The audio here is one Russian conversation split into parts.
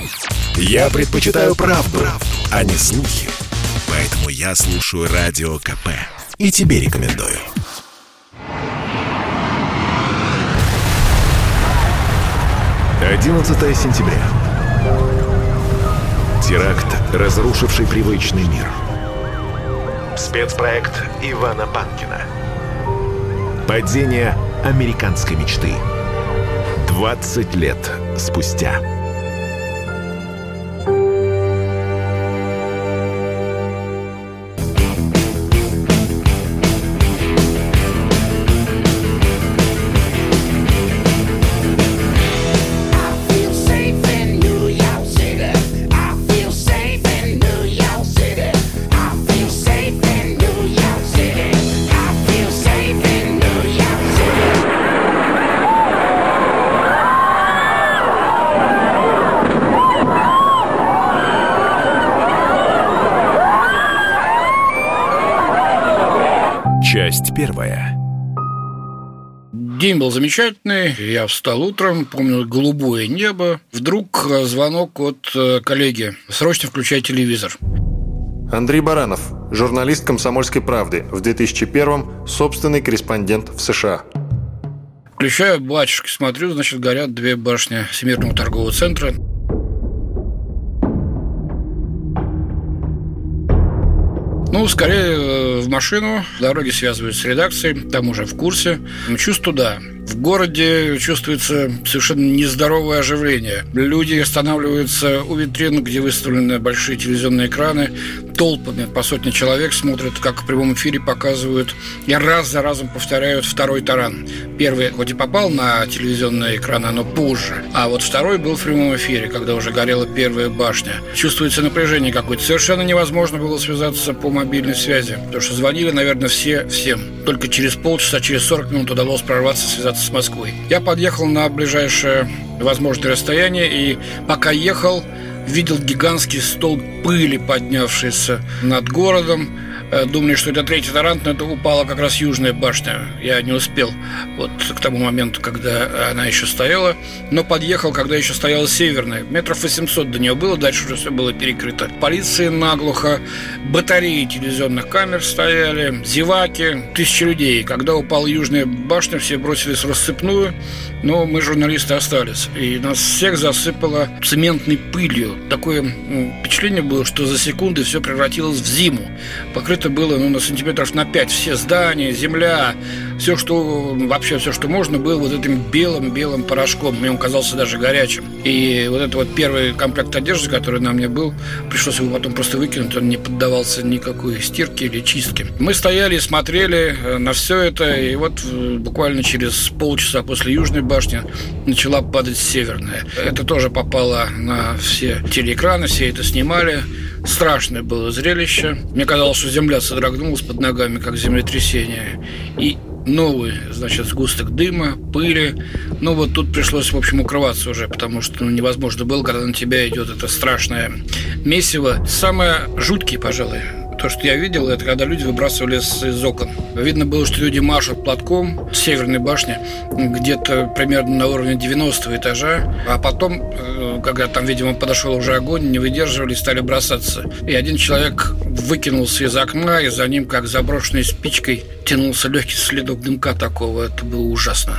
Я предпочитаю правду, а не слухи. Поэтому я слушаю Радио КП. И тебе рекомендую. «11 сентября. Теракт, разрушивший привычный мир. Спецпроект Ивана Панкина. Падение американской мечты. 20 лет спустя». Часть первая. День был замечательный. Я встал утром, помню голубое небо. Вдруг звонок от коллеги. Срочно включай телевизор. Андрей Баранов, журналист «Комсомольской правды», в 2001-м собственный корреспондент в США. Включаю, батюшки, смотрю, значит, горят две башни Всемирного торгового центра. Скорее в машину, дороги связывают с редакцией, там уже в курсе. Мчусь туда. В городе чувствуется совершенно нездоровое оживление. Люди останавливаются у витрин, где выставлены большие телевизионные экраны. Толпами по сотне человек смотрят, как в прямом эфире показывают и раз за разом повторяют второй таран. Первый хоть и попал на телевизионные экраны, но позже. А вот второй был в прямом эфире, когда уже горела первая башня. Чувствуется напряжение какое-то. Совершенно невозможно было связаться по мобильной связи, потому что звонили, наверное, всем. Только через полчаса, через 40 минут удалось прорваться, связаться с Москвой. Я подъехал на ближайшее возможное расстояние, и пока ехал, видел гигантский столб пыли, поднявшийся над городом. Думали, что это третий таран, но это упала как раз южная башня. Я не успел вот к тому моменту, когда она еще стояла, но подъехал, когда еще стояла северная. Метров 800 до нее было, дальше уже все было перекрыто. Полиция наглухо, батареи телевизионных камер стояли, зеваки, тысячи людей. Когда упала южная башня, все бросились в рассыпную, но мы, журналисты, остались. И нас всех засыпало цементной пылью. Такое впечатление было, что за секунды все превратилось в зиму. Покрыто было на сантиметров на 5. Все здания, земля, все, что можно, было вот этим белым порошком. Мне он казался даже горячим. И вот это вот первый комплект одежды, который на мне был, пришлось его потом просто выкинуть. Он не поддавался никакой стирке или чистке. Мы стояли и смотрели на все это. И вот буквально через полчаса после южной башни начала падать северная. Это тоже попало на все телеэкраны, все это снимали. Страшное было зрелище. Мне казалось, что земля содрогнулась под ногами, как землетрясение. И новый, сгусток дыма, пыли. Вот тут пришлось, в общем, укрываться уже, потому что невозможно было, когда на тебя идет это страшное месиво. Самое жуткое, пожалуй, то, что я видел, это когда люди выбрасывались из окон. Видно было, что люди машут платком с северной башни где-то примерно на уровне 90-го этажа. А потом, когда там, видимо, подошел уже огонь, не выдерживали и стали бросаться. И один человек выкинулся из окна, и за ним, как заброшенной спичкой, тянулся легкий следок дымка такого. Это было ужасно.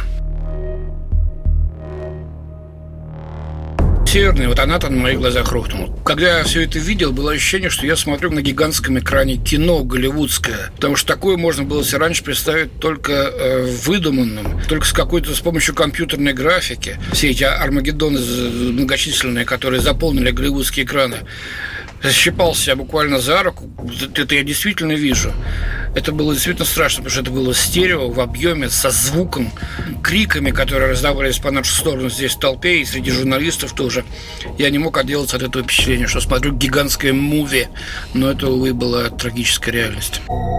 Северная, вот она-то на моих глазах рухнула. Когда я все это видел, было ощущение, что я смотрю на гигантском экране кино голливудское. Потому что такое можно было себе раньше представить только выдуманным, только с помощью компьютерной графики. Все эти армагеддоны многочисленные, которые заполнили голливудские экраны. Щипал себя буквально за руку. Это я действительно вижу. Это было действительно страшно, потому что это было стерео в объеме, со звуком, криками, которые раздавались по нашу сторону здесь в толпе, и среди журналистов тоже. Я не мог отделаться от этого впечатления, что смотрю гигантское муви. Но это, увы, была трагическая реальность.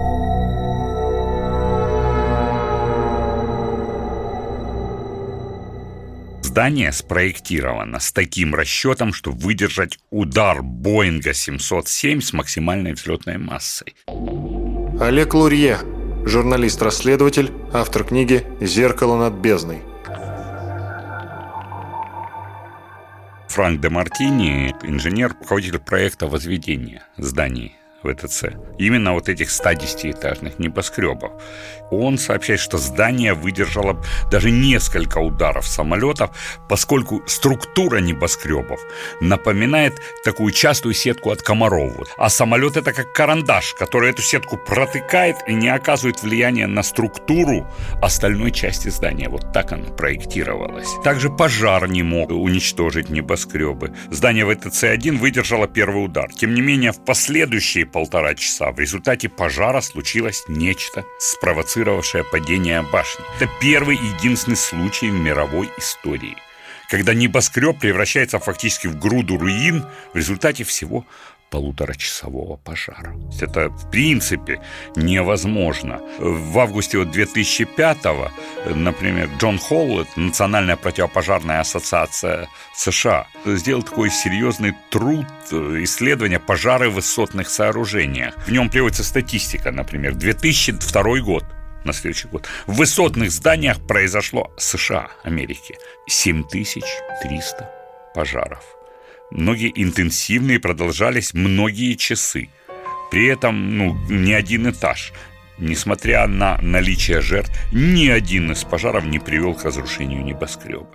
Здание спроектировано с таким расчетом, чтобы выдержать удар Боинга 707 с максимальной взлетной массой. Олег Лурье, журналист-расследователь, автор книги «Зеркало над бездной». Франк де Мартини, инженер, руководитель проекта возведения зданий ВТЦ, именно вот этих 110-этажных небоскребов. Он сообщает, что здание выдержало даже несколько ударов самолетов, поскольку структура небоскребов напоминает такую частую сетку от комаров. А самолет — это как карандаш, который эту сетку протыкает и не оказывает влияния на структуру остальной части здания. Вот так оно проектировалось. Также пожар не мог уничтожить небоскребы. Здание ВТЦ-1 выдержало первый удар. Тем не менее, в последующие 1,5 часа в результате пожара случилось нечто, спровоцировавшее падение башни. Это первый и единственный случай в мировой истории, когда небоскреб превращается фактически в груду руин в результате всего 1,5-часового пожара. Это, в принципе, невозможно. В августе 2005-го, например, Джон Холл, Национальная противопожарная ассоциация США, сделал такой серьезный труд исследования пожары в высотных сооружениях. В нем приводится статистика, например, 2002 год, на следующий год. В высотных зданиях произошло США, Америки, 7300 пожаров. Многие интенсивные, продолжались многие часы. При этом, не один этаж. Несмотря на наличие жертв, ни один из пожаров не привел к разрушению небоскреба.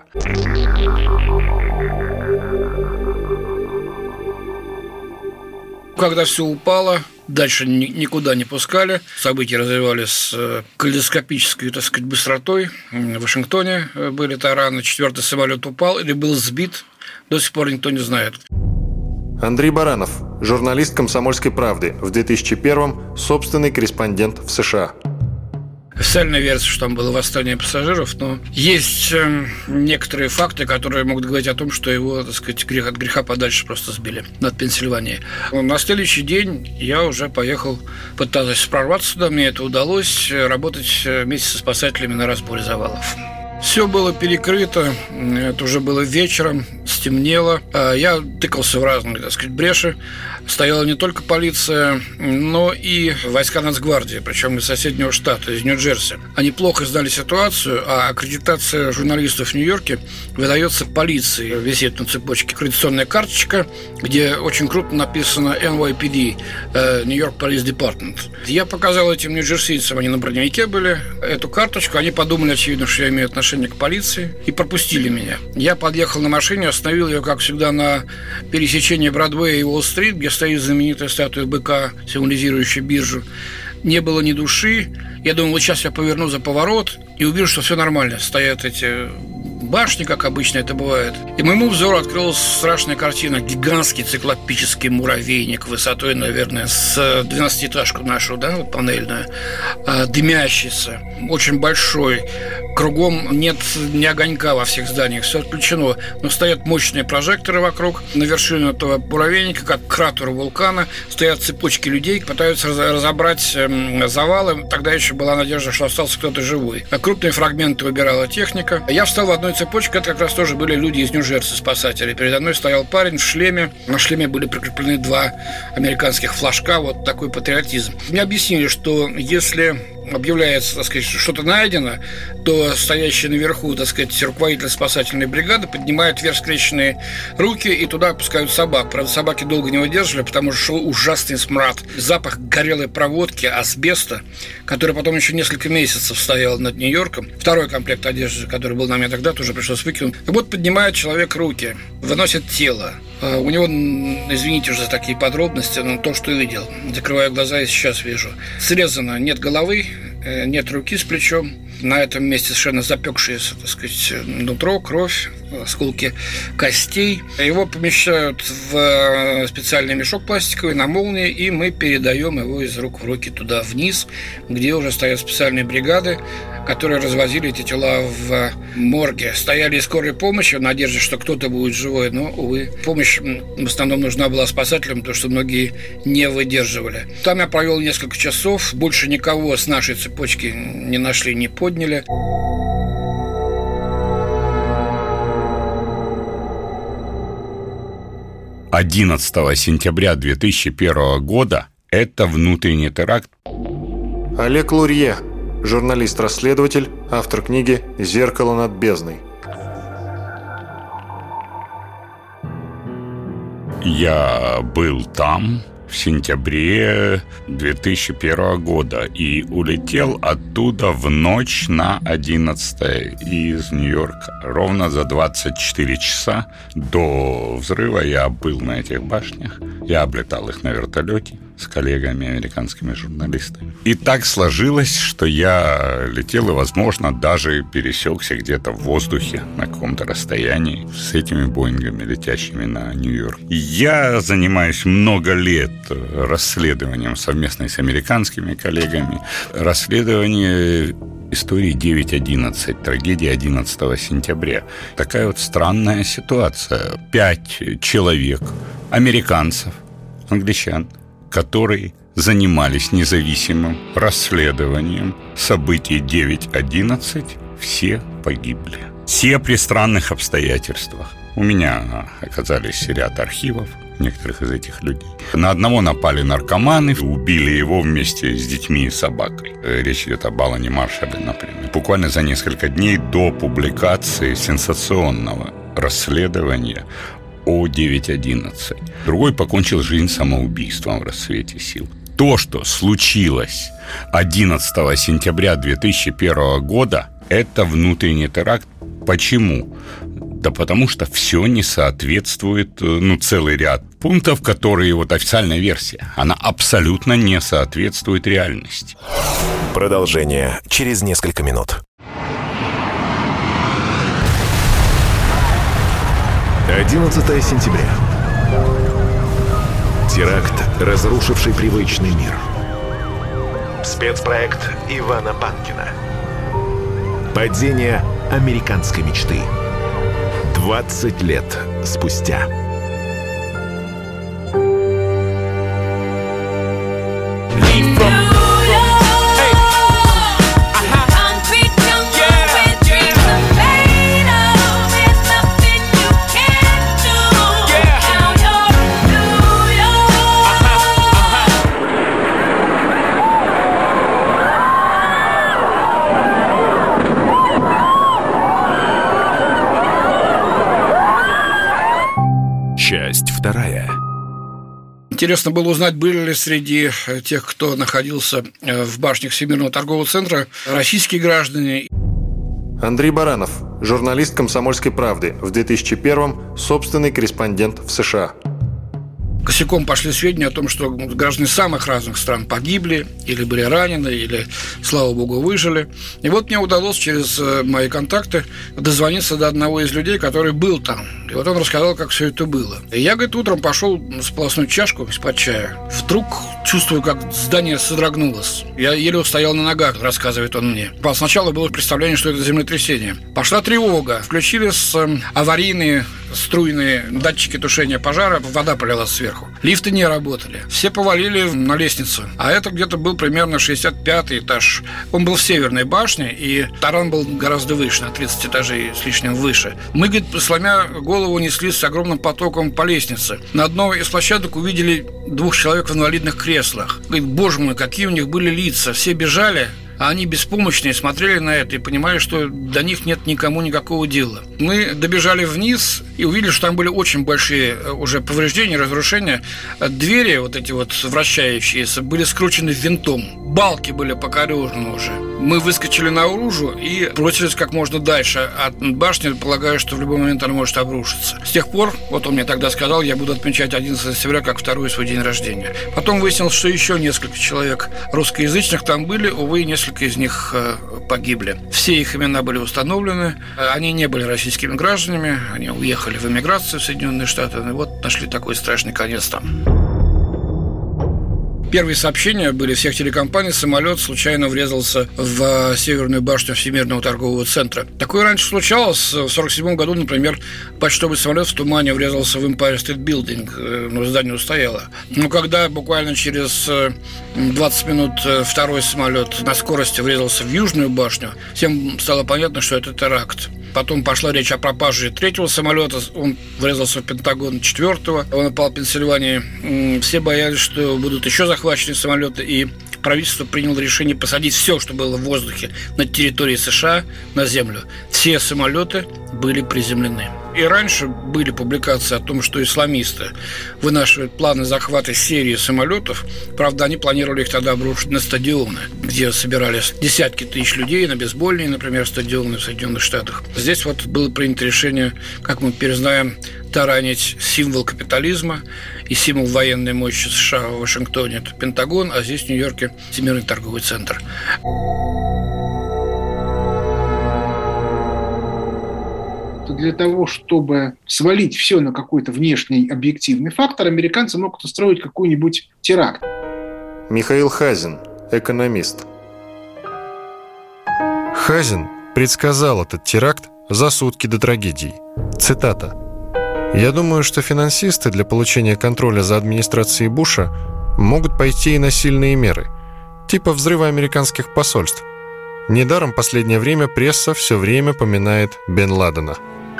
Когда все упало, дальше никуда не пускали. События развивались с калейдоскопической, быстротой. В Вашингтоне были тараны, 4-й самолет упал или был сбит. До сих пор никто не знает. Андрей Баранов, журналист «Комсомольской правды», в 2001-м собственный корреспондент в США. Официальная версия, что там было восстание пассажиров, но есть некоторые факты, которые могут говорить о том, что его, от греха подальше просто сбили над Пенсильванией. На следующий день я уже поехал, пытался прорваться сюда, мне это удалось, работать вместе со спасателями на разборе завалов. Все было перекрыто, это уже было вечером, стемнело. Я тыкался в разные, бреши. Стояла не только полиция, но и войска Нацгвардии, причем из соседнего штата, из Нью-Джерси. Они плохо знали ситуацию, а аккредитация журналистов в Нью-Йорке выдается полиции. Висит на цепочке аккредитационная карточка, где очень круто написано NYPD, New York Police Department. Я показал этим нью-джерсийцам, они на броневике были, эту карточку. Они подумали, очевидно, что я имею отношение к полиции, и пропустили меня. Я подъехал на машине, остановил ее, как всегда, на пересечении Бродвея и Уолл-стрит, где стоит знаменитая статуя быка, символизирующая биржу. Не было ни души. Я думал, вот сейчас я поверну за поворот и увижу, что все нормально. Стоят эти башни, как обычно это бывает. И моему взору открылась страшная картина. Гигантский циклопический муравейник высотой, наверное, с 12-этажку нашу, панельную, дымящийся, очень большой. Кругом нет ни огонька во всех зданиях, все отключено. Но стоят мощные прожекторы вокруг. На вершине этого муравейника, как кратер вулкана, стоят цепочки людей, пытаются разобрать завалы. Тогда еще была надежда, что остался кто-то живой. Крупные фрагменты убирала техника. Я встал в одной цепочке, это как раз тоже были люди из Нью-Джерси, спасатели. Передо мной стоял парень в шлеме. На шлеме были прикреплены 2 американских флажка. Вот такой патриотизм. Мне объяснили, что если объявляется, что-то найдено, то стоящий наверху, руководитель спасательной бригады поднимает вверх скрещенные руки и туда опускают собак. Правда, собаки долго не выдерживали, потому что шел ужасный смрад. Запах горелой проводки, асбеста, который потом еще несколько месяцев стоял над Нью-Йорком. Второй комплект одежды, который был на мне тогда, тоже пришлось выкинуть. И вот поднимает человек руки, выносит тело. У него, извините уже за такие подробности, но то, что я видел. Закрываю глаза и сейчас вижу. Срезано, нет головы, нет руки с плечом. На этом месте совершенно запекшееся, нутро, кровь, осколки костей. Его помещают в специальный мешок пластиковый на молнии, и мы передаем его из рук в руки туда вниз, где уже стоят специальные бригады, которые развозили эти тела в морге. Стояли и скорой помощи в надежде, что кто-то будет живой, но, увы, помощь в основном нужна была спасателям, потому что многие не выдерживали. Там я провел несколько часов, больше никого с нашей цепочки не нашли, не подняли. – 11 сентября 2001 года это внутренний теракт. Олег Лурье, журналист-расследователь, автор книги «Зеркало над бездной». Я был там в сентябре 2001 года и улетел оттуда в ночь на 11 из Нью-Йорка. Ровно за 24 часа до взрыва я был на этих башнях. Я облетал их на вертолете с коллегами, американскими журналистами. И так сложилось, что я летел и, возможно, даже пересекся где-то в воздухе на каком-то расстоянии с этими Боингами, летящими на Нью-Йорк. Я занимаюсь много лет расследованием совместно с американскими коллегами. Расследование истории 9/11, трагедии 11 сентября. Такая вот странная ситуация. 5 человек, американцев, англичан, которые занимались независимым расследованием событий 9/11, все погибли. Все при странных обстоятельствах. У меня оказались ряд архивов некоторых из этих людей. На одного напали наркоманы, убили его вместе с детьми и собакой. Речь идет об Алане Маршале, например. Буквально за несколько дней до публикации сенсационного расследования о 9/11. Другой покончил жизнь самоубийством в расцвете сил. То, что случилось 11 сентября 2001 года, это внутренний теракт. Почему? Да потому что все не соответствует, целый ряд пунктов, которые вот официальная версия, она абсолютно не соответствует реальности. Продолжение через несколько минут. 11 сентября. Теракт, разрушивший привычный мир. Спецпроект Ивана Панкина. Падение американской мечты. 20 лет спустя. Часть вторая. Интересно было узнать, были ли среди тех, кто находился в башнях Всемирного торгового центра, российские граждане. Андрей Баранов, журналист «Комсомольской правды», в 2001-м собственный корреспондент в США. Косяком пошли сведения о том, что граждане самых разных стран погибли, или были ранены, или, слава богу, выжили. И вот мне удалось через мои контакты дозвониться до одного из людей, который был там. И вот он рассказал, как все это было. И я, говорит, утром пошел сполоснуть чашку из-под чая. Вдруг чувствую, как здание содрогнулось. Я еле устоял на ногах, рассказывает он мне. Сначала было представление, что это землетрясение. Пошла тревога. Включились аварийные струйные датчики тушения пожара. Вода полилась сверху. Лифты не работали. Все повалили на лестницу. А это где-то был примерно 65-й этаж. Он был в северной башне, и таран был гораздо выше, на 30 этажей с лишним выше. Мы, говорит, сломя голову, неслись с огромным потоком по лестнице. На одной из площадок увидели 2 человек в инвалидных креслах. Говорит, боже мой, какие у них были лица. Все бежали, а они беспомощные смотрели на это и понимали, что до них нет никому никакого дела. Мы добежали вниз и увидели, что там были очень большие уже повреждения, разрушения. Двери, вот эти вот вращающиеся, были скручены винтом. Балки были покорежены уже. Мы выскочили наружу и бросились как можно дальше от башни, полагая, что в любой момент она может обрушиться. С тех пор, вот он мне тогда сказал, я буду отмечать 11 сентября как второй свой день рождения. Потом выяснилось, что еще несколько человек русскоязычных там были, увы, несколько из них погибли. Все их имена были установлены. Они не были российскими гражданами, они уехали в эмиграцию в Соединенные Штаты, и вот нашли такой страшный конец там. Первые сообщения были всех телекомпаний. Самолет случайно врезался в северную башню Всемирного торгового центра. Такое раньше случалось. В 1947 году, например, почтовый самолет в тумане врезался в Empire State Building, но здание устояло. Но когда буквально через 20 минут второй самолет на скорости врезался в Южную башню, всем стало понятно, что это теракт. Потом пошла речь о пропаже 3-го самолета. Он врезался в Пентагон 4-го. Он упал в Пенсильвании. Все боялись, что будут еще захвачены самолеты. И правительство приняло решение посадить все, что было в воздухе над территорией США, на землю. Все самолеты были приземлены. И раньше были публикации о том, что исламисты вынашивают планы захвата серии самолетов. Правда, они планировали их тогда обрушить на стадионы, где собирались десятки тысяч людей, на бейсбольные, например, стадионы в Соединенных Штатах. Здесь вот было принято решение, как мы теперь знаем, таранить символ капитализма и символ военной мощи США в Вашингтоне – это Пентагон, а здесь, в Нью-Йорке, Всемирный торговый центр. Для того, чтобы свалить все на какой-то внешний объективный фактор, американцы могут устроить какой-нибудь теракт. Михаил Хазин, экономист. Хазин предсказал этот теракт за сутки до трагедии. Цитата. «Я думаю, что финансисты для получения контроля за администрацией Буша могут пойти и на сильные меры, типа взрыва американских посольств. Недаром последнее время пресса все время поминает Бен Ладена».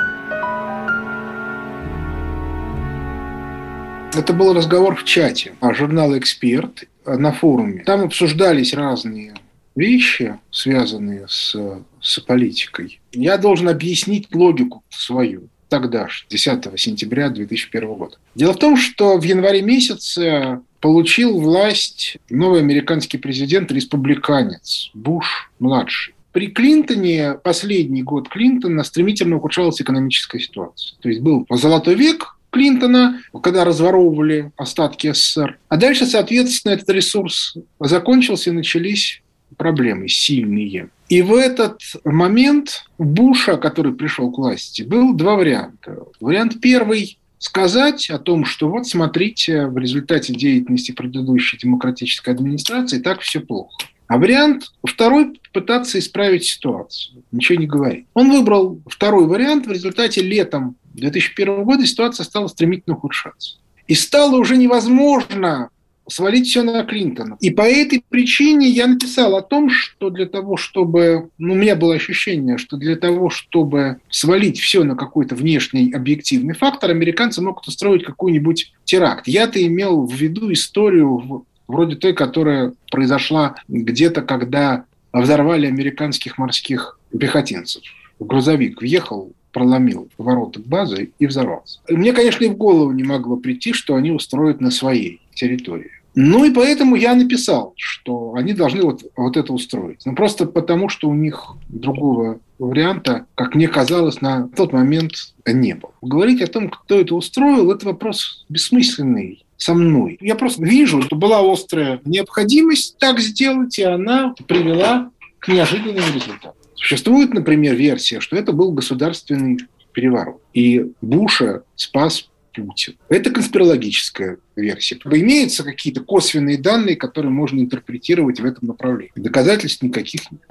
Это был разговор в чате журнала «Эксперт» на форуме. Там обсуждались разные вещи, связанные с политикой. Я должен объяснить логику свою тогда, 10 сентября 2001 года. Дело в том, что в январе месяце получил власть новый американский президент-республиканец Буш-младший. При Клинтоне, последний год Клинтона, стремительно ухудшалась экономическая ситуация. То есть был золотой век Клинтона, когда разворовывали остатки СССР. А дальше, соответственно, этот ресурс закончился, и начались проблемы сильные. И в этот момент Буша, который пришел к власти, был два варианта. Вариант первый – сказать о том, что вот смотрите, в результате деятельности предыдущей демократической администрации так все плохо. А вариант второй – пытаться исправить ситуацию, ничего не говорить. Он выбрал второй вариант. В результате летом 2001 года ситуация стала стремительно ухудшаться. И стало уже невозможно свалить все на Клинтона. И по этой причине я написал о том, что для того, чтобы... у меня было ощущение, что для того, чтобы свалить все на какой-то внешний объективный фактор, американцы могут устроить какой-нибудь теракт. Я-то имел в виду историю вроде той, которая произошла где-то, когда взорвали американских морских пехотинцев. Грузовик въехал, проломил ворота базы и взорвался. Мне, конечно, и в голову не могло прийти, что они устроят на своей территории. И поэтому я написал, что они должны вот это устроить. Просто потому, что у них другого варианта, как мне казалось, на тот момент не было. Говорить о том, кто это устроил, это вопрос бессмысленный со мной. Я просто вижу, что была острая необходимость так сделать, и она привела к неожиданным результатам. Существует, например, версия, что это был государственный переворот, и Буша спас Путин. Это конспирологическая версия. Имеются какие-то косвенные данные, которые можно интерпретировать в этом направлении. Доказательств никаких нет.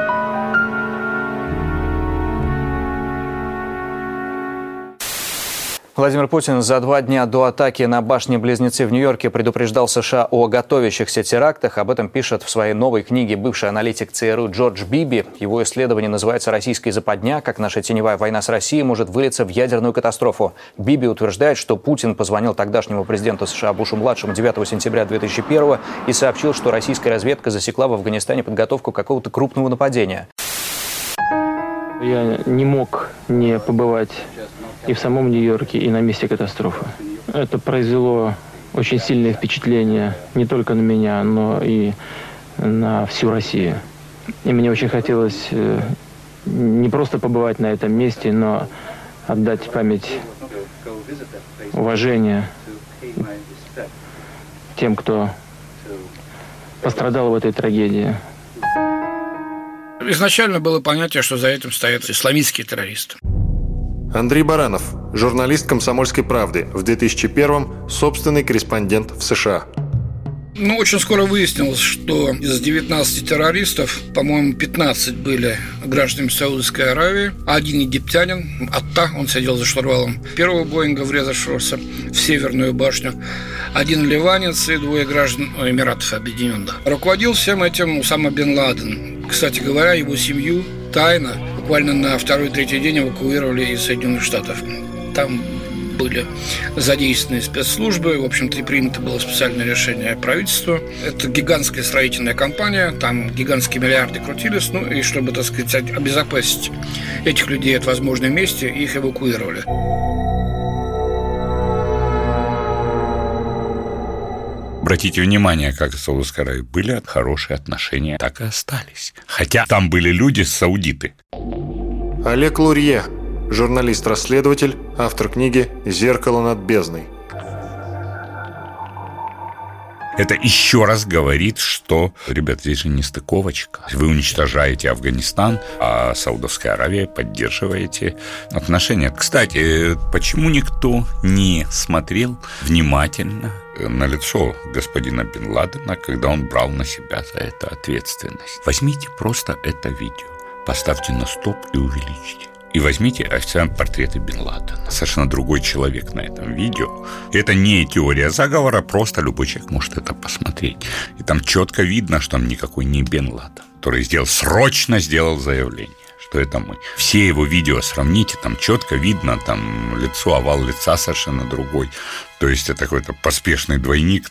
Владимир Путин за 2 дня до атаки на башни-близнецы в Нью-Йорке предупреждал США о готовящихся терактах. Об этом пишет в своей новой книге бывший аналитик ЦРУ Джордж Биби. Его исследование называется «Российская западня. Как наша теневая война с Россией может вылиться в ядерную катастрофу». Биби утверждает, что Путин позвонил тогдашнему президенту США Бушу-младшему 9 сентября 2001 и сообщил, что российская разведка засекла в Афганистане подготовку какого-то крупного нападения. Я не мог не побывать и в самом Нью-Йорке, и на месте катастрофы. Это произвело очень сильное впечатление не только на меня, но и на всю Россию. И мне очень хотелось не просто побывать на этом месте, но отдать память уважения тем, кто пострадал в этой трагедии. Изначально было понятие, что за этим стоят исламистские террористы. Андрей Баранов, журналист «Комсомольской правды», в 2001-м собственный корреспондент в США. Очень скоро выяснилось, что из 19 террористов, по-моему, 15 были гражданами Саудовской Аравии, а один египтянин, Атта, он сидел за штурвалом первого Боинга, врезавшегося в Северную башню, один ливанец и 2 граждан Эмиратов Объединенных. Руководил всем этим Усама бен Ладен. Кстати говоря, его семью тайно, буквально на 2-3 день эвакуировали из Соединенных Штатов. Там были задействованы спецслужбы. В общем-то, и принято было специальное решение правительства. Это гигантская строительная компания, там гигантские миллиарды крутились. Ну, и чтобы, так сказать, обезопасить этих людей от возможной мести, их эвакуировали. Обратите внимание, как в Саудовской Аравии были хорошие отношения, так и остались. Хотя там были люди саудиты. Олег Лурье, журналист-расследователь, автор книги «Зеркало над бездной». Это еще раз говорит, что, ребят, здесь же не стыковочка. Вы уничтожаете Афганистан, а Саудовская Аравия поддерживаете отношения. Кстати, почему никто не смотрел внимательно на лицо господина Бен Ладена, когда он брал на себя за это ответственность? Возьмите просто это видео, поставьте на стоп и увеличьте. И возьмите официальные портреты Бен Ладена. Совершенно другой человек на этом видео. Это не теория заговора, просто любой человек может это посмотреть. И там четко видно, что он никакой не Бен Ладен, который срочно сделал заявление, что это мы. Все его видео сравните, там четко видно, там лицо, овал лица совершенно другой. То есть это какой-то поспешный двойник.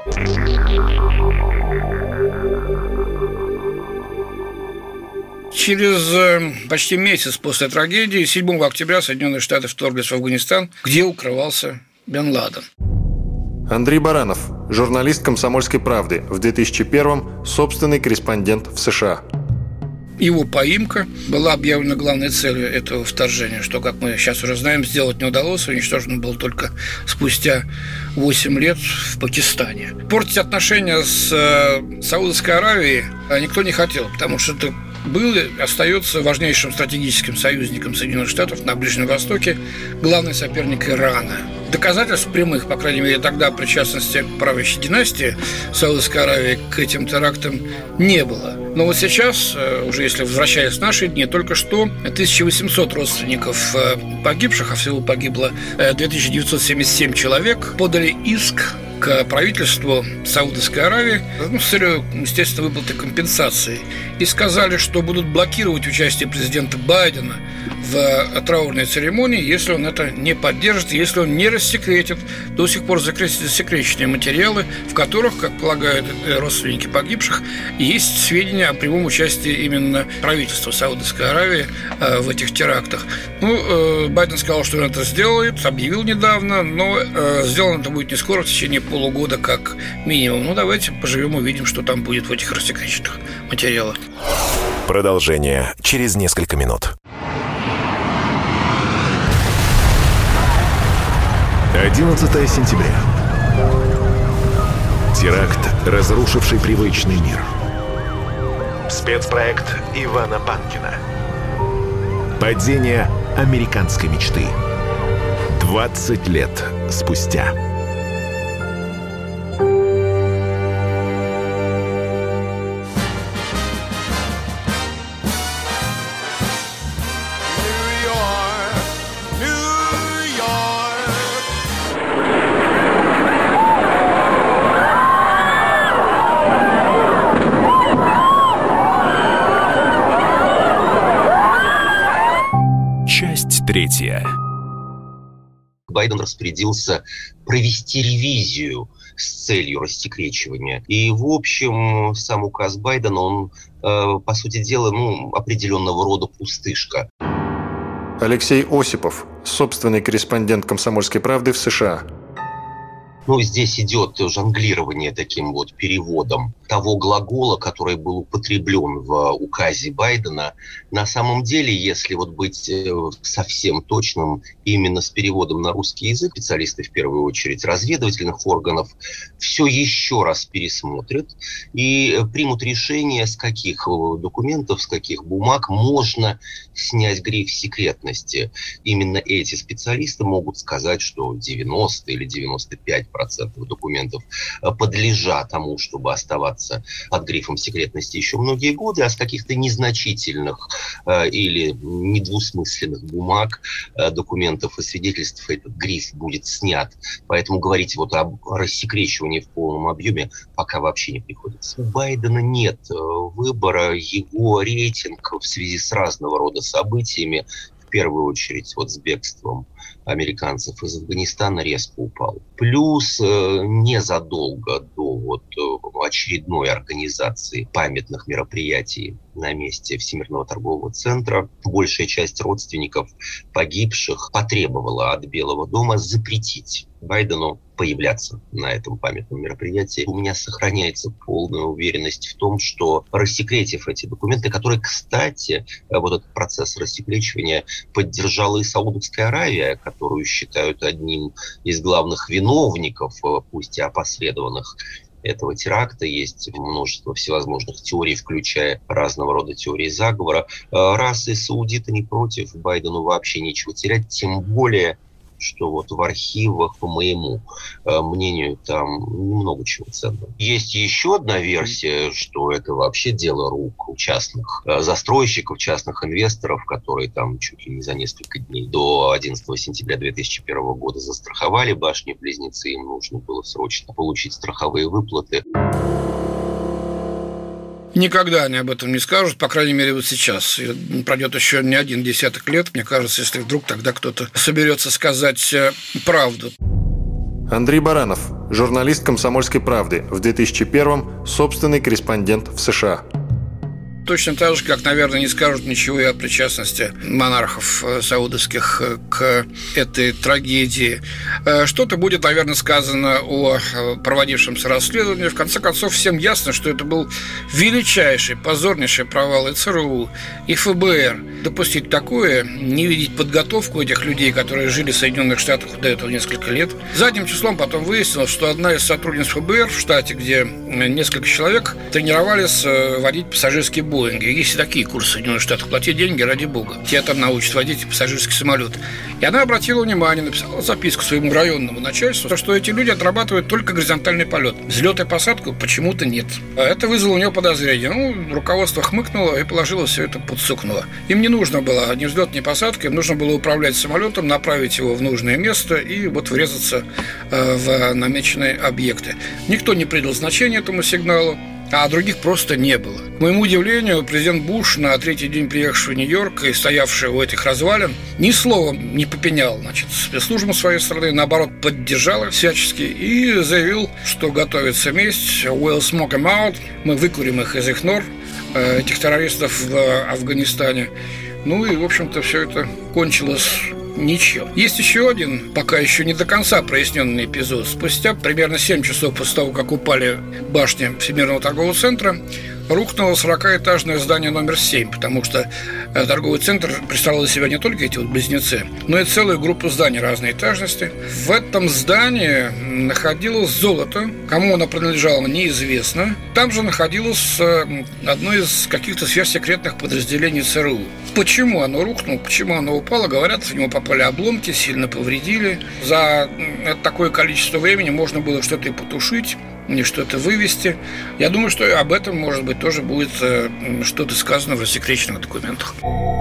Через почти месяц после трагедии, 7 октября, Соединенные Штаты вторглись в Афганистан, где укрывался Бен Ладен. Андрей Баранов, журналист «Комсомольской правды», в 2001-м собственный корреспондент в США. Его поимка была объявлена главной целью этого вторжения, что, как мы сейчас уже знаем, сделать не удалось, уничтожено было только спустя 8 лет в Пакистане. Портить отношения с Саудовской Аравией никто не хотел, потому что это был и остается важнейшим стратегическим союзником Соединенных Штатов на Ближнем Востоке, главный соперник Ирана. Доказательств прямых, по крайней мере, тогда причастности правящей династии Саудовской Аравии к этим терактам не было. Но вот сейчас, уже если возвращаясь в наши дни, только что 1800 родственников погибших, а всего погибло 2977 человек, подали иск к правительству Саудовской Аравии с целью, естественно, выплаты компенсации. И сказали, что будут блокировать участие президента Байдена в траурной церемонии, если он это не поддержит, если он не рассекретит до сих пор засекреченные материалы, в которых, как полагают родственники погибших, есть сведения о прямом участии именно правительства Саудовской Аравии в этих терактах. Байден сказал, что он это сделает, объявил недавно, но сделано это будет не скоро, в течение полугода как минимум. Давайте поживем, увидим, что там будет в этих рассекреченных материалах. Продолжение через несколько минут. 11 сентября. Теракт, разрушивший привычный мир. Спецпроект Ивана Панкина. Падение американской мечты. 20 лет спустя. Часть 3. Байден распорядился провести ревизию с целью рассекречивания. И, в общем, сам указ Байдена, он, по сути дела, определенного рода пустышка. Алексей Осипов, собственный корреспондент «Комсомольской правды» в США. Здесь идет жонглирование таким вот переводом того глагола, который был употреблен в указе Байдена. На самом деле, если быть совсем точным, именно с переводом на русский язык, специалисты, в первую очередь, разведывательных органов, все еще раз пересмотрят и примут решение, с каких документов, с каких бумаг можно снять гриф секретности. Именно эти специалисты могут сказать, что 90 или 95% документов подлежат тому, чтобы оставаться под грифом секретности еще многие годы, а с каких-то незначительных или недвусмысленных бумаг, документов и свидетельств этот гриф будет снят. Поэтому говорить об рассекречивании в полном объеме пока вообще не приходится. У Байдена нет выбора, его рейтинг в связи с разного рода событиями, в первую очередь вот с бегством американцев из Афганистана, резко упал. Плюс незадолго до вот очередной организации памятных мероприятий на месте Всемирного торгового центра большая часть родственников погибших потребовала от Белого дома запретить Байдену появляться на этом памятном мероприятии. У меня сохраняется полная уверенность в том, что, рассекретив эти документы, которые, кстати, вот этот процесс рассекречивания поддержала и Саудовская Аравия, которую считают одним из главных виновников, пусть и опосредованных, этого теракта. Есть множество всевозможных теорий, включая разного рода теории заговора. Раз и саудиты не против, Байдену вообще нечего терять, тем более, что вот в архивах, по моему мнению, там много чего ценного. Есть еще одна версия, что это вообще дело рук частных застройщиков, частных инвесторов, которые там чуть ли не за несколько дней до 11 сентября 2001 года застраховали башни-близнецы. Им нужно было срочно получить страховые выплаты. Никогда они об этом не скажут, по крайней мере, вот сейчас. И пройдет еще не один десяток лет, мне кажется, если вдруг тогда кто-то соберется сказать правду. Андрей Баранов, журналист «Комсомольской правды», в 2001-м собственный корреспондент в США. Точно так же, как, наверное, не скажут ничего и о причастности монархов саудовских к этой трагедии. Что-то будет, наверное, сказано о проводившемся расследовании. В конце концов, всем ясно, что это был величайший, позорнейший провал и ЦРУ, и ФБР. Допустить такое, не видеть подготовку этих людей, которые жили в Соединенных Штатах до этого несколько лет. Задним числом потом выяснилось, что одна из сотрудниц ФБР в штате, где несколько человек тренировались водить пассажирский Боинги. Есть и такие курсы в Соединенных Штатах. Плати деньги, ради бога. Тебя там научат водить пассажирский самолет. И она обратила внимание, написала записку своему районному начальству, что эти люди отрабатывают только горизонтальный полет. Взлет и посадку почему-то нет. Это вызвало у нее подозрение. Руководство хмыкнуло и положило все это под сукно. Им не нужно было ни взлет, ни посадка. Им нужно было управлять самолетом, направить его в нужное место и вот врезаться в намеченные объекты. Никто не придал значения этому сигналу, а других просто не было. К моему удивлению, президент Буш, на третий день приехавший в Нью-Йорк и стоявший у этих развалин, ни словом не попенял, спецслужбам своей страны, наоборот, поддержал их всячески и заявил, что готовится месть, we'll smoke them out, мы выкурим их из их нор, этих террористов в Афганистане. И, в общем-то, все это кончилось ничего. Есть еще один, пока еще не до конца проясненный эпизод. Спустя примерно 7 часов после того, как упали башни Всемирного торгового центра, рухнуло 40-этажное здание номер 7, потому что торговый центр представлял из себя не только эти близнецы, но и целую группу зданий разной этажности. В этом здании находилось золото. Кому оно принадлежало, неизвестно. Там же находилось одно из каких-то сверхсекретных подразделений ЦРУ. Почему оно рухнуло, почему оно упало, говорят, в него попали обломки, сильно повредили. За такое количество времени можно было что-то и потушить, не что-то вывести. Я думаю, что об этом, может быть, тоже будет что-то сказано в рассекреченных документах.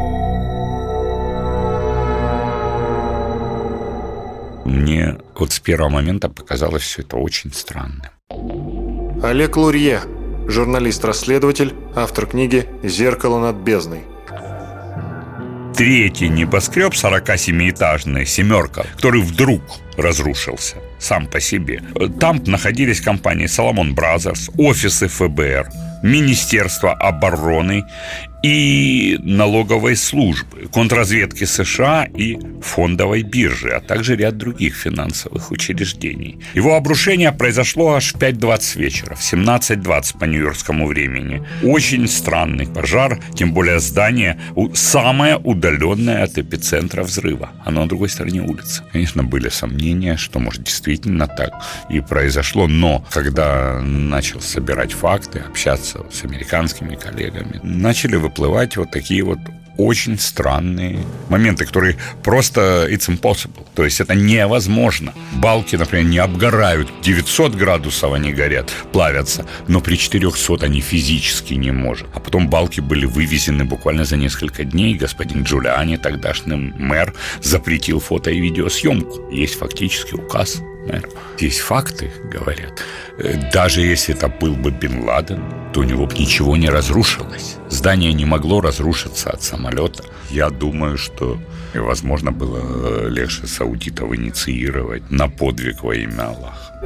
Мне вот с первого момента показалось все это очень странным. Олег Лурье, журналист-расследователь, автор книги «Зеркало над бездной». Третий небоскреб, 47-этажный, «семерка», который вдруг разрушился сам по себе. Там находились компании Salomon Brothers, офисы ФБР, Министерство обороны и налоговой службы, контрразведки США и фондовой биржи, а также ряд других финансовых учреждений. Его обрушение произошло аж в 5:20 вечера, в 17:20 по нью-йоркскому времени. Очень странный пожар, тем более здание самое удаленное от эпицентра взрыва. Оно на другой стороне улицы. Конечно, были сомнения, что, может, действительно так и произошло, но когда начал собирать факты, общаться с американскими коллегами, начали выплывать вот такие вот очень странные моменты, которые просто it's impossible. То есть это невозможно. Балки, например, не обгорают. 900 градусов они горят, плавятся, но при 400 они физически не может. А потом балки были вывезены буквально за несколько дней. Господин Джулиани, тогдашний мэр, запретил фото- и видеосъемку. Есть фактически указ Есть факты, говорят. Даже если это был бы Бен Ладен, то у него бы ничего не разрушилось. Здание не могло разрушиться от самолета. Я думаю, что, возможно, было легче саудитов инициировать на подвиг во имя Аллаха.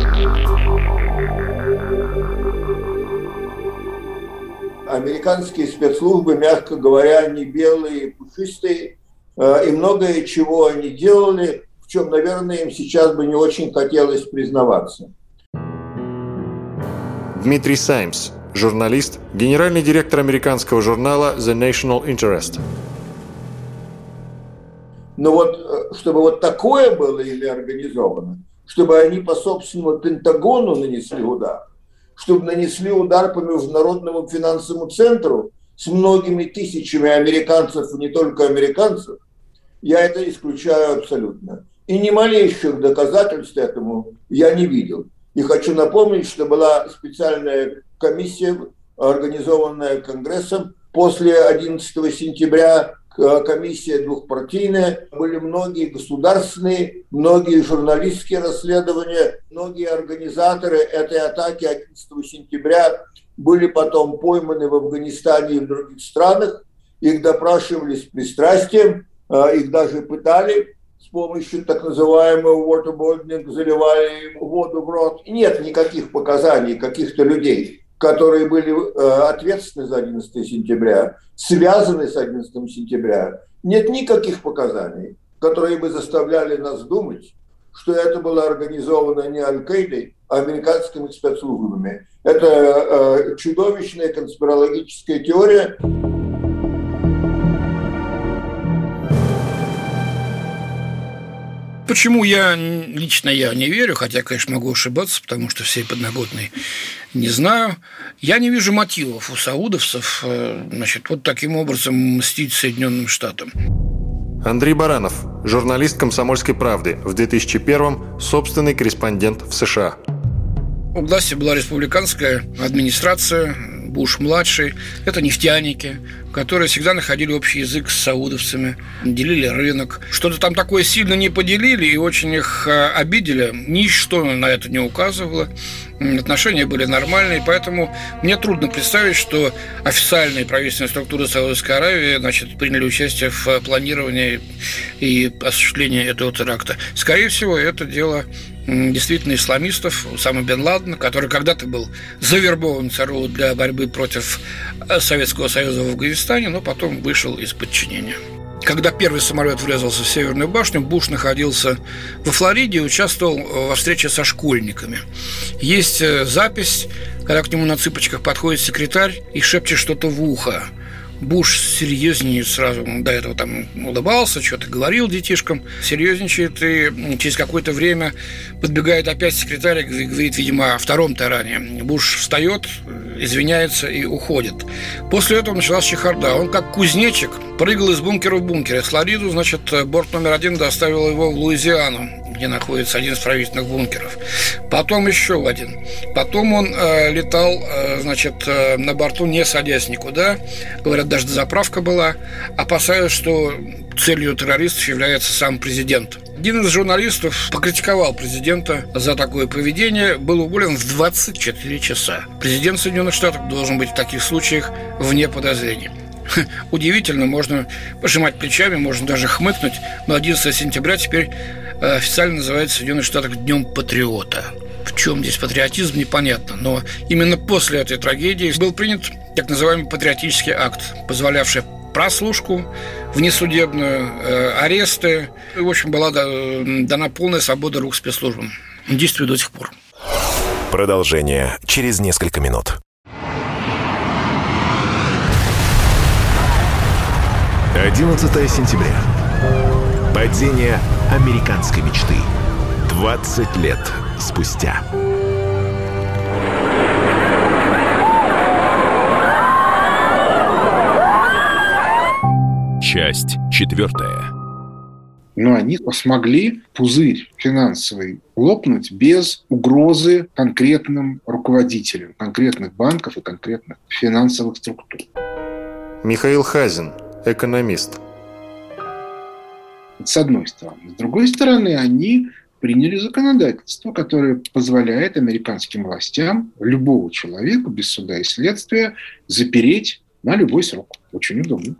Американские спецслужбы, мягко говоря, не белые, пушистые, и многое чего они делали, в чем, наверное, им сейчас бы не очень хотелось признаваться. Дмитрий Саймс, журналист, генеральный директор американского журнала The National Interest. Но вот, чтобы вот такое было или организовано, чтобы они по собственному Пентагону нанесли удар, чтобы нанесли удар по Международному финансовому центру с многими тысячами американцев, и не только американцев, я это исключаю абсолютно. И ни малейших доказательств этому я не видел. И хочу напомнить, что была специальная комиссия, организованная Конгрессом после 11 сентября, комиссия двухпартийная, были многие государственные, многие журналистские расследования, многие организаторы этой атаки 11 сентября были потом пойманы в Афганистане и в других странах, их допрашивали с пристрастием, их даже пытали с помощью так называемого waterboarding, заливали им воду в рот. И нет никаких показаний каких-то людей, которые были ответственны за 11 сентября, связаны с 11 сентября. Нет никаких показаний, которые бы заставляли нас думать, что это было организовано не Аль-Каидой, а американскими спецслужбами. Это чудовищная конспирологическая теория. Почему лично я не верю, хотя, конечно, могу ошибаться, потому что всей подноготной не знаю. Я не вижу мотивов у саудовцев, вот таким образом мстить Соединенным Штатам. Андрей Баранов, журналист «Комсомольской правды», в 2001-м собственный корреспондент в США. У власти была республиканская администрация, Буш-младший. Это нефтяники, которые всегда находили общий язык с саудовцами, делили рынок. Что-то там такое сильно не поделили и очень их обидели. Ничто на это не указывало. Отношения были нормальные, поэтому мне трудно представить, что официальные правительственные структуры Саудовской Аравии, приняли участие в планировании и осуществлении этого теракта. Скорее всего, это дело действительно исламистов, Усама бен Ладена, который когда-то был завербован ЦРУ для борьбы против Советского Союза в Афганистане, но потом вышел из подчинения. Когда первый самолет врезался в Северную башню, Буш находился во Флориде и участвовал во встрече со школьниками. Есть запись, когда к нему на цыпочках подходит секретарь и шепчет что-то в ухо. Буш серьезнее сразу, до этого там улыбался, что-то говорил детишкам, серьезничает, и через какое-то время подбегает опять секретарь и говорит, видимо, о втором таране. Буш встает, извиняется и уходит. После этого началась чехарда. Он, как кузнечик, прыгал из бункера в бункер. Из Флориду, борт номер 1 доставил его в Луизиану, где находится один из правительственных бункеров. Потом еще один. Потом он летал, на борту, не садясь никуда. Говорят, даже дозаправка была, опасаясь, что целью террористов является сам президент. Один из журналистов покритиковал президента за такое поведение, был уволен в 24 часа. Президент Соединенных Штатов должен быть в таких случаях вне подозрений. Удивительно, можно пожимать плечами, можно даже хмыкнуть, но 11 сентября теперь официально называется в Соединенных Штатах Днем Патриота. В чем здесь патриотизм, непонятно, но именно после этой трагедии был принят так называемый патриотический акт, позволявший прослушку внесудебную, аресты. В общем, была дана полная свобода рук спецслужбам. Действует до сих пор. Продолжение через несколько минут. 11 сентября. Падение американской мечты. 20 лет спустя. Часть 4. Но они смогли пузырь финансовый лопнуть без угрозы конкретным руководителям конкретных банков и конкретных финансовых структур. Михаил Хазин, экономист. С одной стороны. С другой стороны, они приняли законодательство, которое позволяет американским властям любого человека без суда и следствия запереть на любой срок. Очень удобно.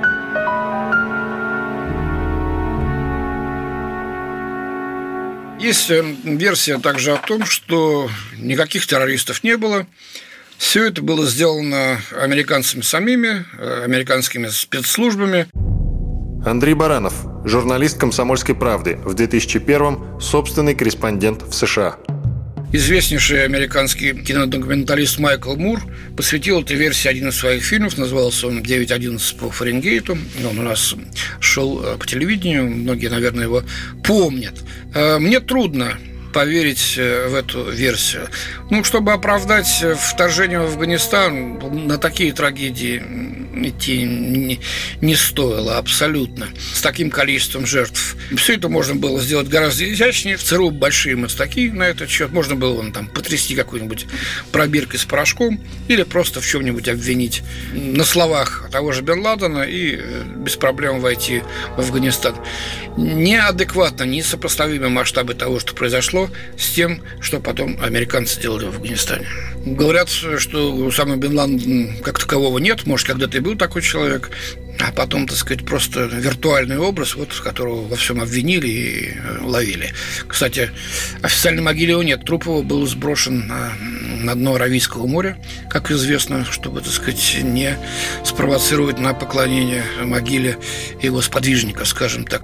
Есть версия также о том, что никаких террористов не было. Все это было сделано американцами самими, американскими спецслужбами. Андрей Баранов, журналист «Комсомольской правды», в 2001-м собственный корреспондент в США. Известнейший американский кинодокументалист Майкл Мур посвятил этой версии один из своих фильмов. Назывался он «9.11 по Фаренгейту». Он у нас шел по телевидению. Многие, наверное, его помнят. Мне трудно поверить в эту версию. Чтобы оправдать вторжение в Афганистан, на такие трагедии идти не стоило абсолютно. С таким количеством жертв. Все это можно было сделать гораздо изящнее. В ЦРУ большие мастаки на этот счет. Можно было потрясти какой-нибудь пробиркой с порошком или просто в чем-нибудь обвинить на словах того же Бен Ладена и без проблем войти в Афганистан. Неадекватно, несопоставимы масштабы того, что произошло, с тем, что потом американцы делали в Афганистане. Говорят, что у Усамы бен Ладена как такового нет. Может, когда-то и был такой человек, а потом, так сказать, просто виртуальный образ, которого во всем обвинили и ловили. Кстати, официальной могилы его нет. Труп его был сброшен на дно Аравийского моря, как известно, чтобы, так сказать, не спровоцировать на поклонение могиле его сподвижника, скажем так.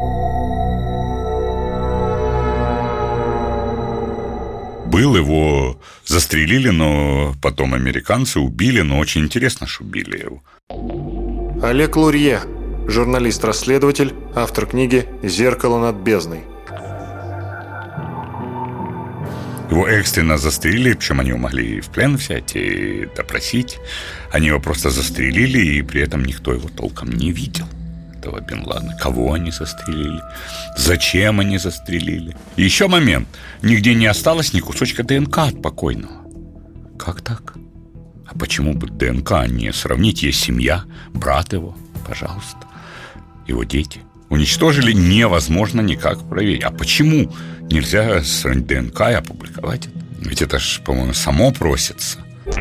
Его застрелили, но потом американцы убили, но очень интересно, что убили его. Олег Лурье, журналист-расследователь, автор книги «Зеркало над бездной». Его экстренно застрелили, причем они его могли в плен взять и допросить. Они его просто застрелили, и при этом никто его толком не видел. Бен Ладена. Кого они застрелили? Зачем они застрелили? И еще момент. Нигде не осталось ни кусочка ДНК от покойного. Как так? А почему бы ДНК не сравнить? Есть семья, брат его, пожалуйста, его дети. Уничтожили невозможно никак проверить. А почему нельзя сравнить ДНК и опубликовать это? Ведь это ж, по-моему, само просится.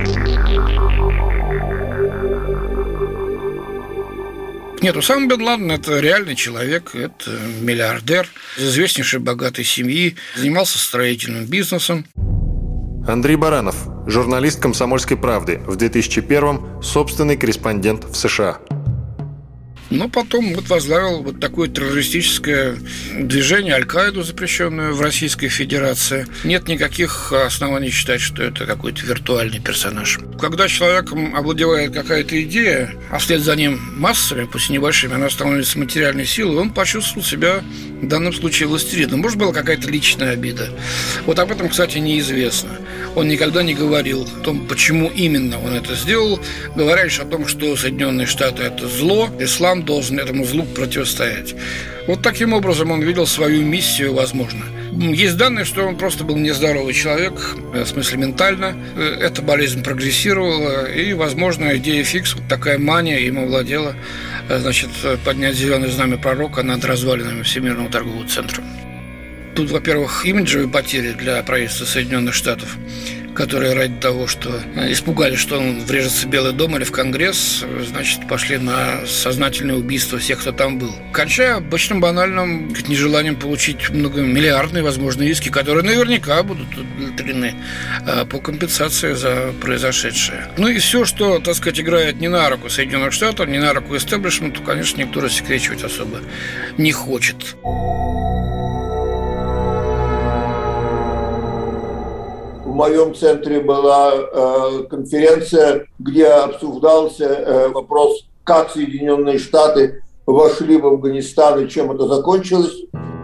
Нет, Усама бен Ладен – это реальный человек, это миллиардер, из известнейшей богатой семьи, занимался строительным бизнесом. Андрей Баранов, журналист «Комсомольской правды», в 2001-м собственный корреспондент в США. Но потом возглавил такое террористическое движение Аль-Каиду, запрещенное в Российской Федерации. Нет никаких оснований считать, что это какой-то виртуальный персонаж. Когда человеком овладевает какая-то идея, а вслед за ним массами, пусть и небольшими, она становится материальной силой, он почувствовал себя в данном случае властелином. Может, была какая-то личная обида. Об этом, кстати, неизвестно. Он никогда не говорил о том, почему именно он это сделал, говоря лишь о том, что Соединенные Штаты – это зло, ислам должен этому злу противостоять. Таким образом он видел свою миссию, возможно. Есть данные, что он просто был нездоровый человек, в смысле ментально. Эта болезнь прогрессировала, и, возможно, идея фикс, такая мания ему владела, поднять зеленое знамя пророка над развалинами Всемирного торгового центра. Тут, во-первых, имиджевые потери для правительства Соединенных Штатов, которые ради того, что испугались, что он врежется в Белый дом или в Конгресс, пошли на сознательное убийство всех, кто там был. Кончая обычным банальным нежеланием получить многомиллиардные, возможно, иски, которые наверняка будут удовлетворены по компенсации за произошедшее. И все, что, играет не на руку Соединенных Штатов, не на руку истеблишменту, конечно, никто рассекречивать особо не хочет. В моем центре была конференция, где обсуждался вопрос, как Соединенные Штаты вошли в Афганистан и чем это закончилось.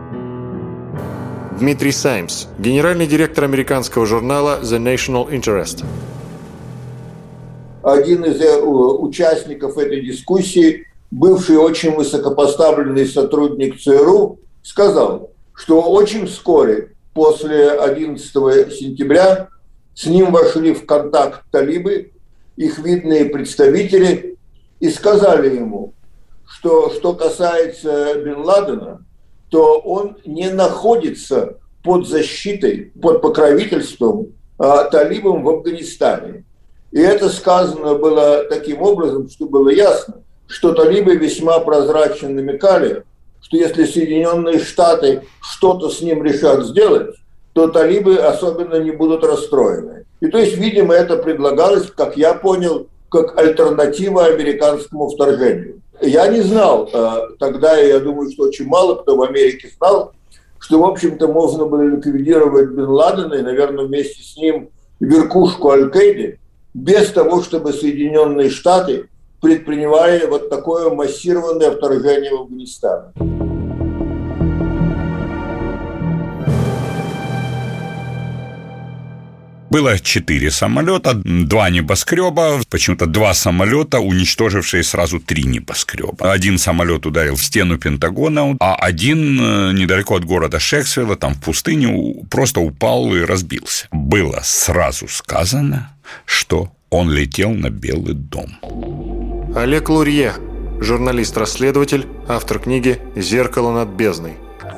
Дмитрий Саймс, генеральный директор американского журнала The National Interest. Один из участников этой дискуссии, бывший очень высокопоставленный сотрудник ЦРУ, сказал, что очень вскоре после 11 сентября с ним вошли в контакт талибы, их видные представители, и сказали ему, что касается Бен Ладена, то он не находится под защитой, под покровительством талибам в Афганистане. И это сказано было таким образом, что было ясно, что талибы весьма прозрачно намекали, что если Соединенные Штаты что-то с ним решат сделать, то талибы особенно не будут расстроены. И то есть, видимо, это предлагалось, как я понял, как альтернатива американскому вторжению. Я не знал тогда, и я думаю, что очень мало кто в Америке знал, что, в общем-то, можно было ликвидировать Бен Ладена и, наверное, вместе с ним верхушку Аль-Каиды, без того, чтобы Соединенные Штаты предпринимали вот такое массированное вторжение в Афганистан. Было 4 самолета, 2 небоскреба, почему-то 2 самолета, уничтожившие сразу 3 небоскреба. Один самолет ударил в стену Пентагона, а один недалеко от города Шексвилла, там в пустыне, просто упал и разбился. Было сразу сказано, что он летел на Белый дом. Олег Лурье, журналист-расследователь, автор книги «Зеркало над бездной».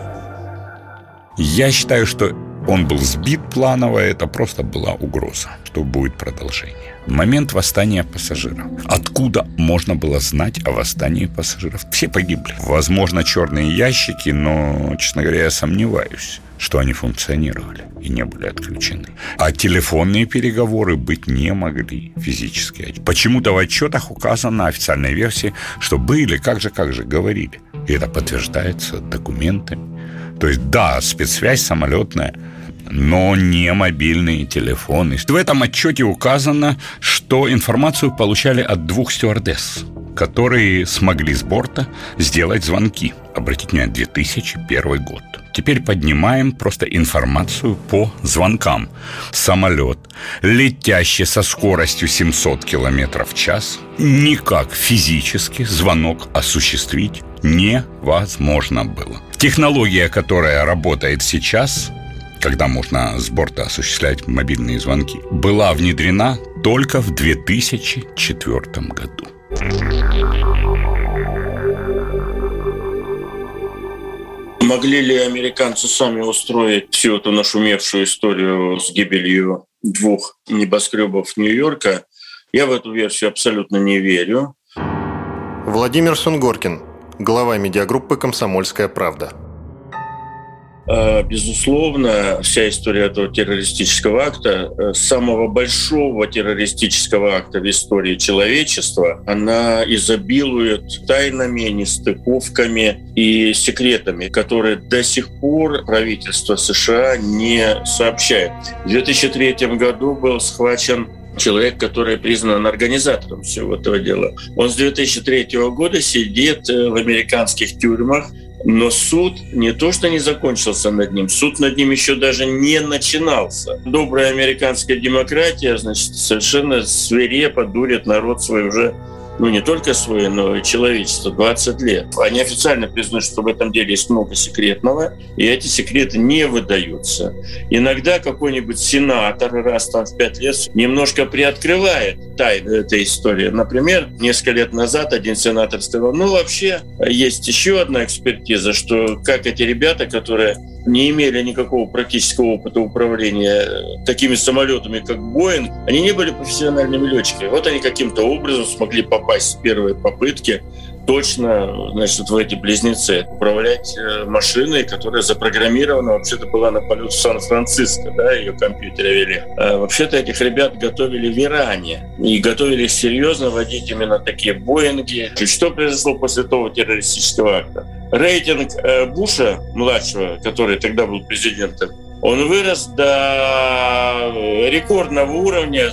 Я считаю, что он был сбит планово, это просто была угроза, что будет продолжение. Момент восстания пассажиров. Откуда можно было знать о восстании пассажиров? Все погибли. Возможно, черные ящики, но, честно говоря, я сомневаюсь, что они функционировали и не были отключены. А телефонные переговоры быть не могли физически. Почему-то в отчетах указано, официальной версии, что были, как же, говорили. И это подтверждается документами. То есть, да, спецсвязь самолетная, но не мобильные телефоны. В этом отчете указано, что информацию получали от 2 стюардесс, которые смогли с борта сделать звонки. Обратите внимание, 2001 год. Теперь поднимаем просто информацию по звонкам. Самолет, летящий со скоростью 700 км в час, никак физически звонок осуществить невозможно было. Технология, которая работает сейчас, когда можно с борта осуществлять мобильные звонки, была внедрена только в 2004 году. Могли ли американцы сами устроить всю эту нашумевшую историю с гибелью 2 небоскребов Нью-Йорка? Я в эту версию абсолютно не верю. Владимир Сунгоркин, глава медиагруппы «Комсомольская правда». Безусловно, вся история этого террористического акта, самого большого террористического акта в истории человечества, она изобилует тайнами, нестыковками и секретами, которые до сих пор правительство США не сообщает. В 2003 году был схвачен человек, который признан организатором всего этого дела. Он с 2003 года сидит в американских тюрьмах, но суд не то что не закончился над ним, суд над ним еще даже не начинался. Добрая американская демократия, значит, совершенно свирепо дурит народ свой уже, не только свой, но и человечество, 20 лет. Они официально признают, что в этом деле есть много секретного, и эти секреты не выдаются. Иногда какой-нибудь сенатор раз в 5 лет немножко приоткрывает тайну этой истории. Например, несколько лет назад один сенатор сказал, вообще есть еще одна экспертиза, что как эти ребята, которые не имели никакого практического опыта управления такими самолетами, как Боинг, они не были профессиональными летчиками. Вот они каким-то образом смогли попасть с первой попытки точно, значит, в эти близнецы, управлять машиной, которая запрограммирована, вообще-то была на полет в Сан-Франциско, ее компьютеры вели. А вообще-то этих ребят готовили в Иране и готовили серьезно водить именно такие Боинги. И что произошло после того террористического акта? Рейтинг Буша-младшего, который тогда был президентом, он вырос до рекордного уровня,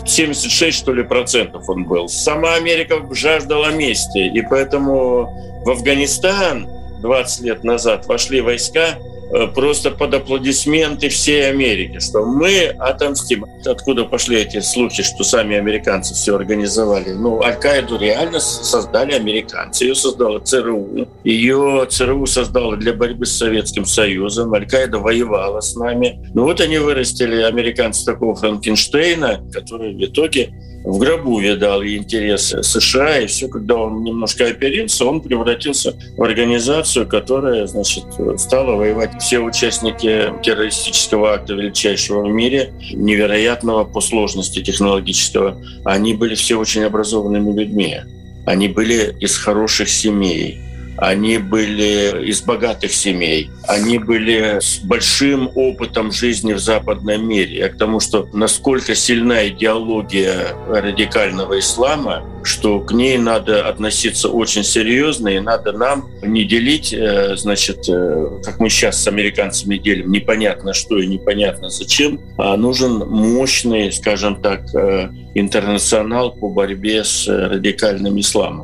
76% он был. Сама Америка жаждала мести, и поэтому в Афганистан 20 лет назад вошли войска просто под аплодисменты всей Америки, что мы отомстим. Откуда пошли эти слухи, что сами американцы все организовали? Аль-Каиду реально создали американцы, ее создала ЦРУ. Ее ЦРУ создала для борьбы с Советским Союзом. Аль-Каида воевала с нами. Вот они вырастили американцев такого Франкенштейна, который в итоге в гробу видал и интересы США, и все, когда он немножко оперился, он превратился в организацию, которая, значит, стала воевать. Все участники террористического акта величайшего в мире, невероятного по сложности технологического, они были все очень образованными людьми. Они были из хороших семей. Они были из богатых семей, они были с большим опытом жизни в западном мире. А к тому, что насколько сильна идеология радикального ислама, что к ней надо относиться очень серьезно, и надо нам не делить, значит, как мы сейчас с американцами делим, непонятно что и непонятно зачем, а нужен мощный, скажем так, интернационал по борьбе с радикальным исламом.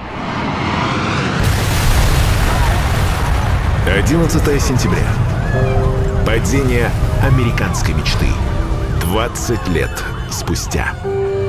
11 сентября. Падение американской мечты. 20 лет спустя.